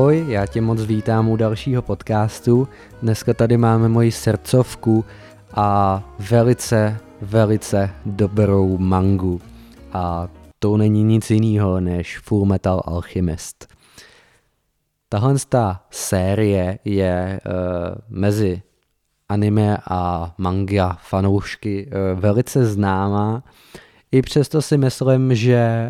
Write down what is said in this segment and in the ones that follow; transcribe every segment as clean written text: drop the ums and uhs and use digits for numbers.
Ahoj, já tě moc vítám u dalšího podcastu. Dneska tady máme moji srdcovku a velice dobrou mangu. A to není nic jiného než Fullmetal Alchemist. Tahle série je mezi anime a manga fanoušky velice známá. I přesto si myslím, že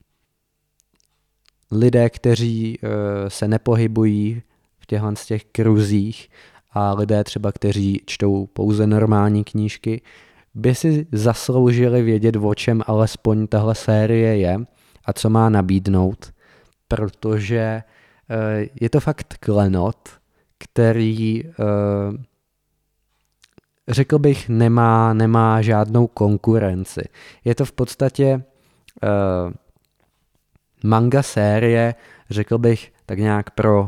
lidé, kteří se nepohybují v těch kruzích a lidé třeba, kteří čtou pouze normální knížky, by si zasloužili vědět, o čem alespoň tahle série je a co má nabídnout, protože je to fakt klenot, který řekl bych nemá žádnou konkurenci. Je to v podstatě manga série, řekl bych tak nějak pro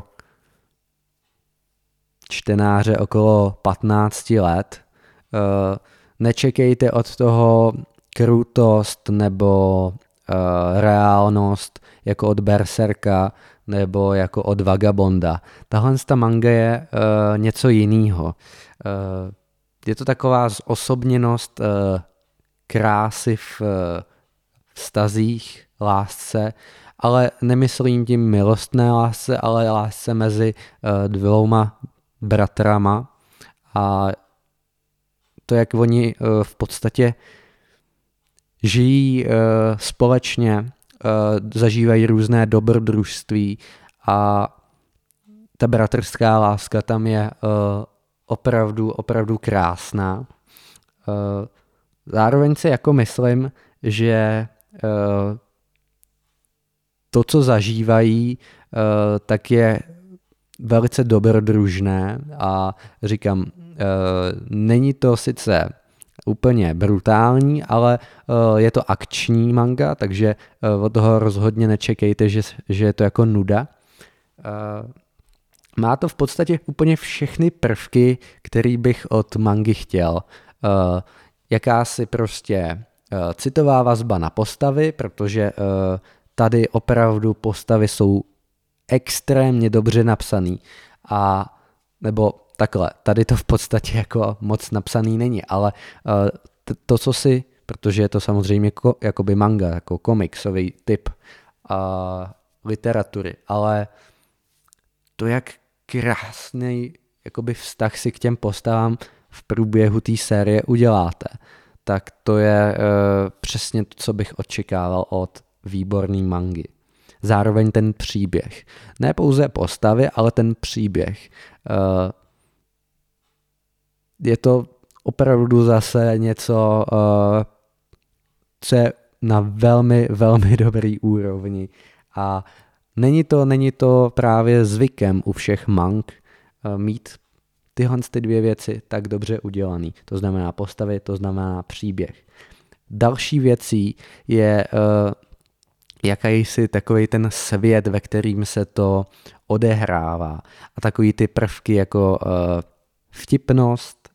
čtenáře okolo 15 let. Nečekejte od toho krutost nebo reálnost jako od Berserka nebo jako od Vagabonda. Tahle manga je něco jiného. Je to taková zosobněnost krásy v vztazích, lásce, ale nemyslím tím milostné lásce, ale lásce mezi dvěma bratrama a to, jak oni v podstatě žijí společně, zažívají různé dobrodružství a ta bratrská láska tam je opravdu krásná. Zároveň si jako myslím, že to, co zažívají, tak je velice dobrodružné a říkám, není to sice úplně brutální, ale je to akční manga, takže od toho rozhodně nečekejte, že je to jako nuda. Má to v podstatě úplně všechny prvky, který bych od mangy chtěl. Jakási prostě citová vazba na postavy, protože tady opravdu postavy jsou extrémně dobře napsaný a nebo takhle, tady to v podstatě jako moc napsaný není, ale to, co si, protože je to samozřejmě jakoby manga, jako komiksový typ literatury, ale to, jak krásný jakoby vztah si k těm postavám v průběhu té série uděláte, tak to je přesně to, co bych očekával od výborný mangy. Zároveň ten příběh. Ne pouze postavy, ale ten příběh. Je to opravdu zase něco, co je na velmi dobrý úrovni. A není to právě zvykem u všech mang mít tyhle dvě věci tak dobře udělaný. To znamená postavy, to znamená příběh. Další věcí je jakýsi takový ten svět, ve kterým se to odehrává. A takový ty prvky jako vtipnost,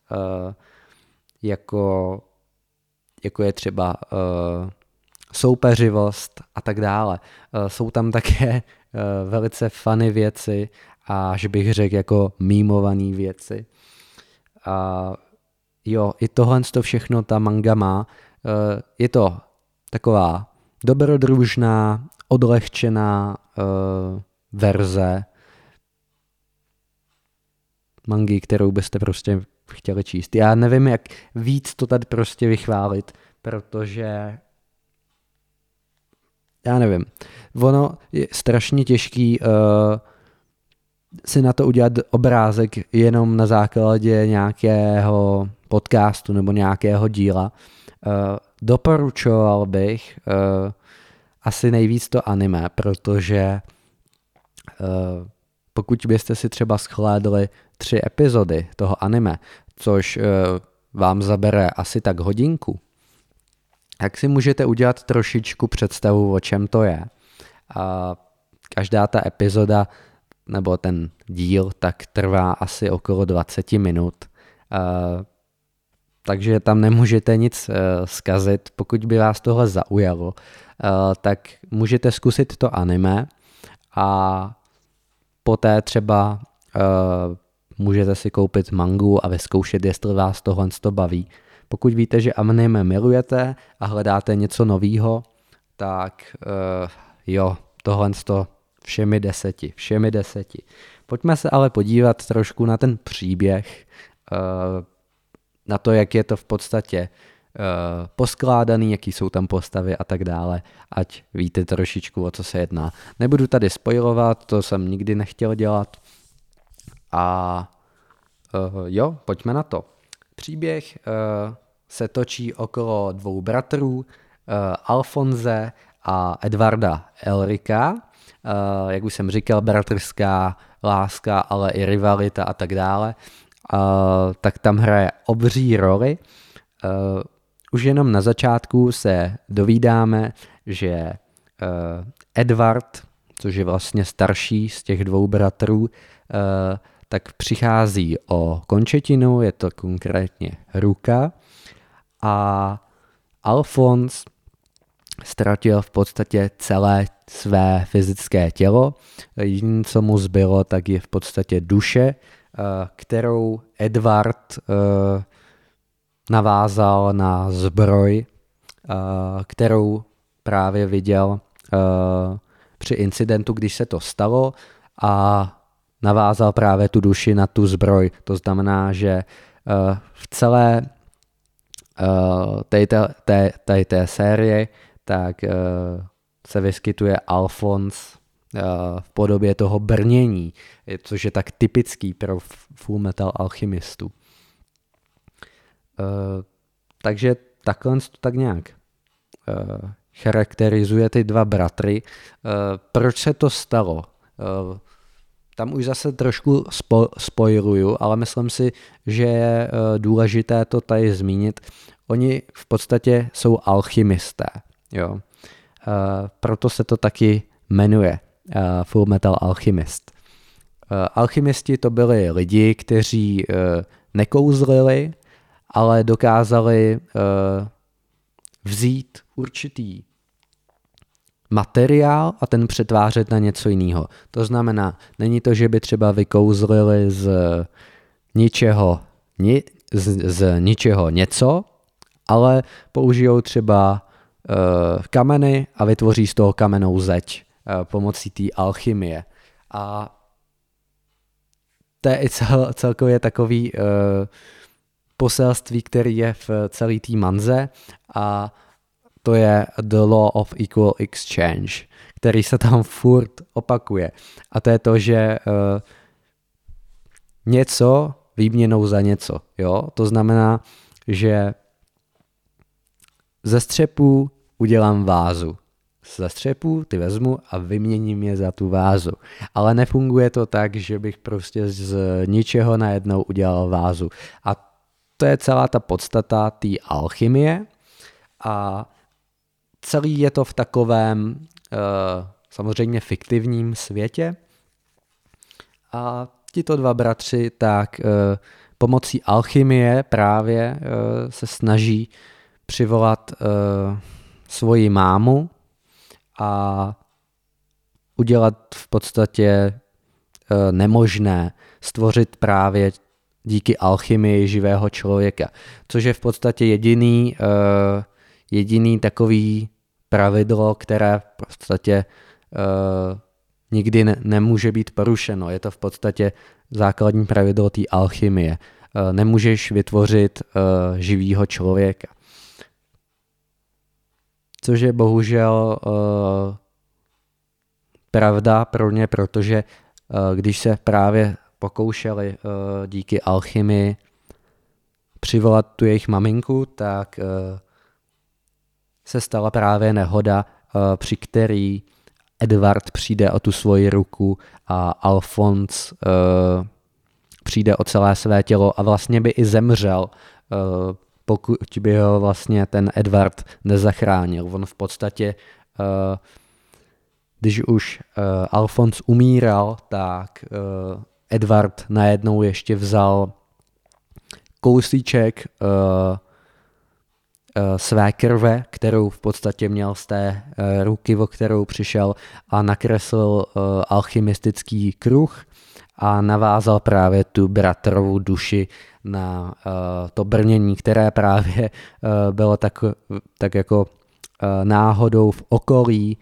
jako je třeba soupeřivost a tak dále. Jsou tam také velice funny věci a že bych řekl jako mýmované věci. A jo, i tohle to všechno ta manga má. Je to taková dobrodružná, odlehčená verze mangy, kterou byste prostě chtěli číst. Já nevím, jak víc to tady prostě vychválit, protože já nevím. Ono je strašně těžký si na to udělat obrázek jenom na základě nějakého podcastu nebo nějakého díla. Doporučoval bych asi nejvíc to anime, protože pokud byste si třeba shlédli 3 epizody toho anime, což vám zabere asi tak hodinku, tak si můžete udělat trošičku představu, o čem to je. Každá ta epizoda nebo ten díl tak trvá asi okolo 20 minut. Takže tam nemůžete nic zkazit. Pokud by vás tohle zaujalo, tak můžete zkusit to anime a poté třeba můžete si koupit mangu a vyzkoušet, jestli vás tohle baví. Pokud víte, že anime milujete a hledáte něco novýho, tak jo, tohle všemi 10. Pojďme se ale podívat trošku na ten příběh, na to, jak je to v podstatě poskládaný, jaký jsou tam postavy a tak dále, ať víte trošičku, o co se jedná. Nebudu tady spoilovat, to jsem nikdy nechtěl dělat. A jo, pojďme na to. Příběh se točí okolo dvou bratrů, Alfonse a Edvarda Elrika. Jak už jsem říkal, bratrská láska, ale i rivalita a tak dále. Tak tam hraje obří roli. Už jenom na začátku se dovídáme, že Edward, což je vlastně starší z těch dvou bratrů, tak přichází o končetinu, je to konkrétně ruka, a Alfons ztratil v podstatě celé své fyzické tělo. Jediné, co mu zbylo, tak je v podstatě duše, kterou Edward navázal na zbroj, kterou právě viděl při incidentu, když se to stalo, a navázal právě tu duši na tu zbroj. To znamená, že v celé té série tak se vyskytuje Alfons v podobě toho brnění, což je tak typický pro Fullmetal Alchemistu. Takže takhle to tak nějak charakterizuje ty dva bratry. Proč se to stalo? Tam už zase trošku spoiluju, ale myslím si, že je důležité to tady zmínit. Oni v podstatě jsou alchymisté. Jo? Proto se to taky jmenuje Fullmetal Alchemist. Alchymisti to byli lidi, kteří nekouzlili, ale dokázali vzít určitý materiál a ten přetvářet na něco jiného. To znamená, není to, že by třeba vykouzlili z ničeho něco, ale použijou třeba kameny a vytvoří z toho kamennou zeď pomocí té alchymie. A to je i celkově takový poselství, který je v celé té manze, a to je The Law of Equal Exchange, který se tam furt opakuje. A to je to, že něco výměnou za něco. Jo? To znamená, že ze střepů udělám vázu. Ze střepů ty vezmu a vyměním je za tu vázu. Ale nefunguje to tak, že bych prostě z ničeho najednou udělal vázu. A to je celá ta podstata té alchymie. A celý je to v takovém samozřejmě fiktivním světě. A tito dva bratři tak pomocí alchymie právě se snaží přivolat svoji mámu a udělat v podstatě nemožné, stvořit právě díky alchymii živého člověka. Což je v podstatě jediný takový pravidlo, které v podstatě nikdy nemůže být porušeno. Je to v podstatě základní pravidlo té alchymie. Nemůžeš vytvořit živýho člověka. Což je bohužel pravda pro ně, protože když se právě pokoušeli díky alchymii přivolat tu jejich maminku, tak se stala právě nehoda, při který Edward přijde o tu svoji ruku a Alfons přijde o celé své tělo a vlastně by i zemřel, pokud by ho vlastně ten Edward nezachránil. On v podstatě, když už Alfons umíral, tak Edward najednou ještě vzal kousíček své krve, kterou v podstatě měl z té ruky, o kterou přišel, a nakreslil alchymistický kruh a navázal právě tu bratrovu duši na to brnění, které právě bylo tak jako náhodou v okolí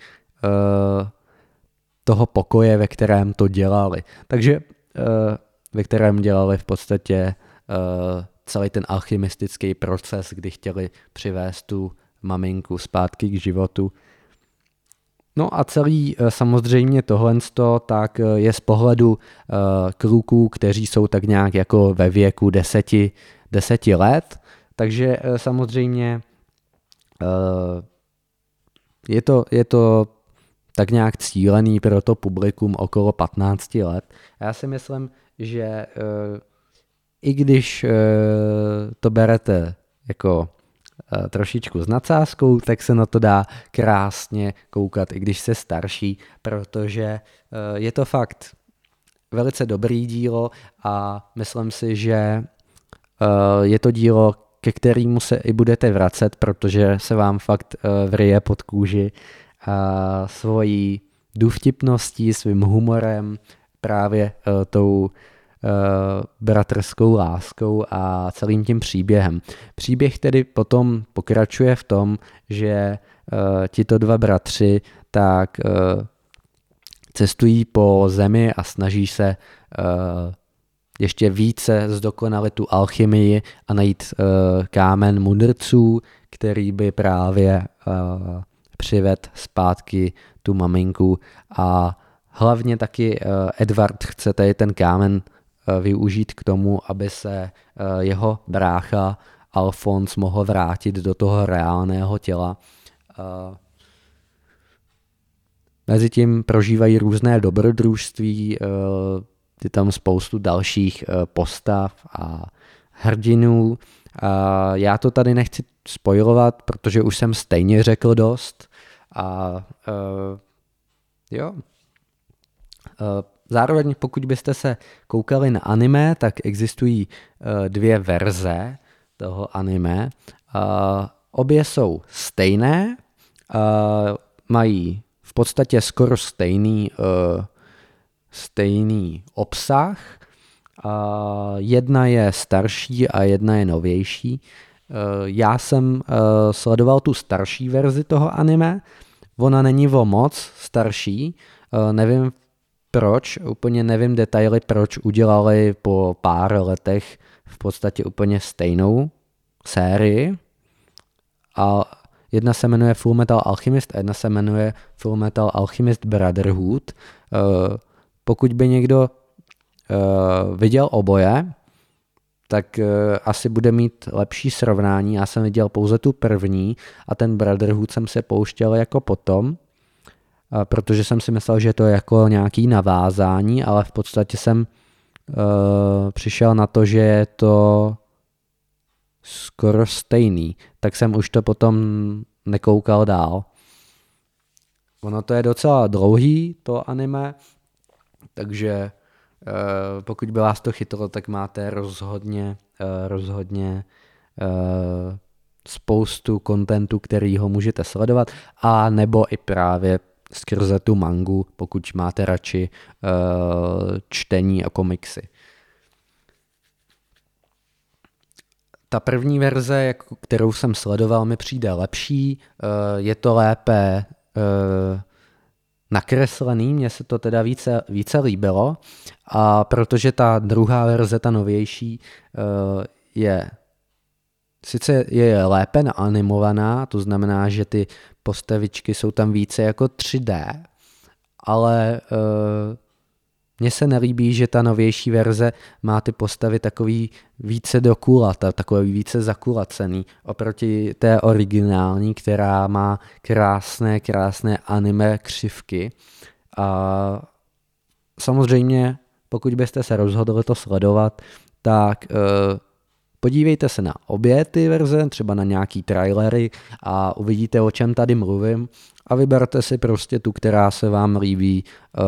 toho pokoje, ve kterém to dělali. Takže ve kterém dělali v podstatě celý ten alchymistický proces, kdy chtěli přivést tu maminku zpátky k životu. No a celý samozřejmě tohle tak je z pohledu kluků, kteří jsou tak nějak jako ve věku 10 let, takže samozřejmě je to tak nějak cílený pro to publikum okolo 15 let. Já si myslím, že i když to berete jako trošičku s nadsázkou, tak se na to dá krásně koukat, i když jste starší, protože je to fakt velice dobrý dílo a myslím si, že je to dílo, ke kterému se i budete vracet, protože se vám fakt vryje pod kůži svojí důvtipností, svým humorem, právě tou bratrskou láskou a celým tím příběhem. Příběh tedy potom pokračuje v tom, že tito dva bratři tak cestují po zemi a snaží se ještě více zdokonalit tu alchymii a najít kámen mudrců, který by právě přived zpátky tu maminku, a hlavně taky Edward chce tady ten kámen využít k tomu, aby se jeho brácha Alfons mohl vrátit do toho reálného těla. Mezitím prožívají různé dobrodružství, je tam spoustu dalších postav a hrdinů. Já to tady nechci spoilovat, protože už jsem stejně řekl dost. Zároveň pokud byste se koukali na anime, tak existují dvě verze toho anime. Obě jsou stejné, mají v podstatě skoro stejný obsah. Jedna je starší a jedna je novější. Já jsem sledoval tu starší verzi toho anime. Ona není o moc starší. Nevím proč, úplně nevím detaily, proč udělali po pár letech v podstatě úplně stejnou sérii. A jedna se jmenuje Fullmetal Alchemist a jedna se jmenuje Fullmetal Alchemist Brotherhood. Pokud by někdo viděl oboje, tak asi bude mít lepší srovnání. Já jsem viděl pouze tu první a ten Brotherhood jsem se pouštěl jako potom, protože jsem si myslel, že to je jako nějaký navázání, ale v podstatě jsem přišel na to, že je to skoro stejný, tak jsem už to potom nekoukal dál. Ono to je docela dlouhý, to anime, takže pokud by vás to chytlo, tak máte rozhodně spoustu kontentu, který ho můžete sledovat, a nebo i právě skrze tu mangu, pokud máte radši čtení a komiksy. Ta první verze, kterou jsem sledoval, mi přijde lepší, je to lépe nakreslený, mně se to teda více líbilo, a protože ta druhá verze, ta novější, sice je lépe naanimovaná, to znamená, že ty postavičky jsou tam více jako 3D, ale mně se nelíbí, že ta novější verze má ty postavy takový více do kulata, takový více zakulacený, oproti té originální, která má krásné anime křivky. A samozřejmě, pokud byste se rozhodli to sledovat, tak podívejte se na obě ty verze, třeba na nějaký trailery, a uvidíte, o čem tady mluvím, a vyberte si prostě tu, která se vám líbí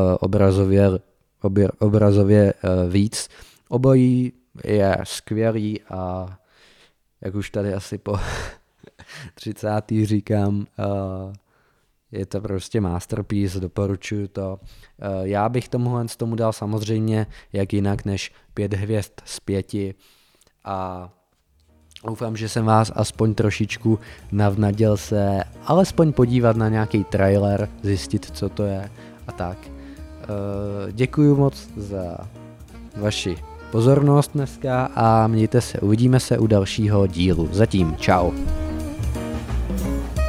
obrazově víc. Obojí je skvělý a jak už tady asi 30. říkám, je to prostě masterpiece, doporučuju to. Já bych tomu dal samozřejmě jak jinak než 5 hvězd z 5 a doufám, že jsem vás aspoň trošičku navnadil se alespoň podívat na nějaký trailer, zjistit, co to je a tak. Děkuju moc za vaši pozornost dneska a mějte se, uvidíme se u dalšího dílu. Zatím, čau.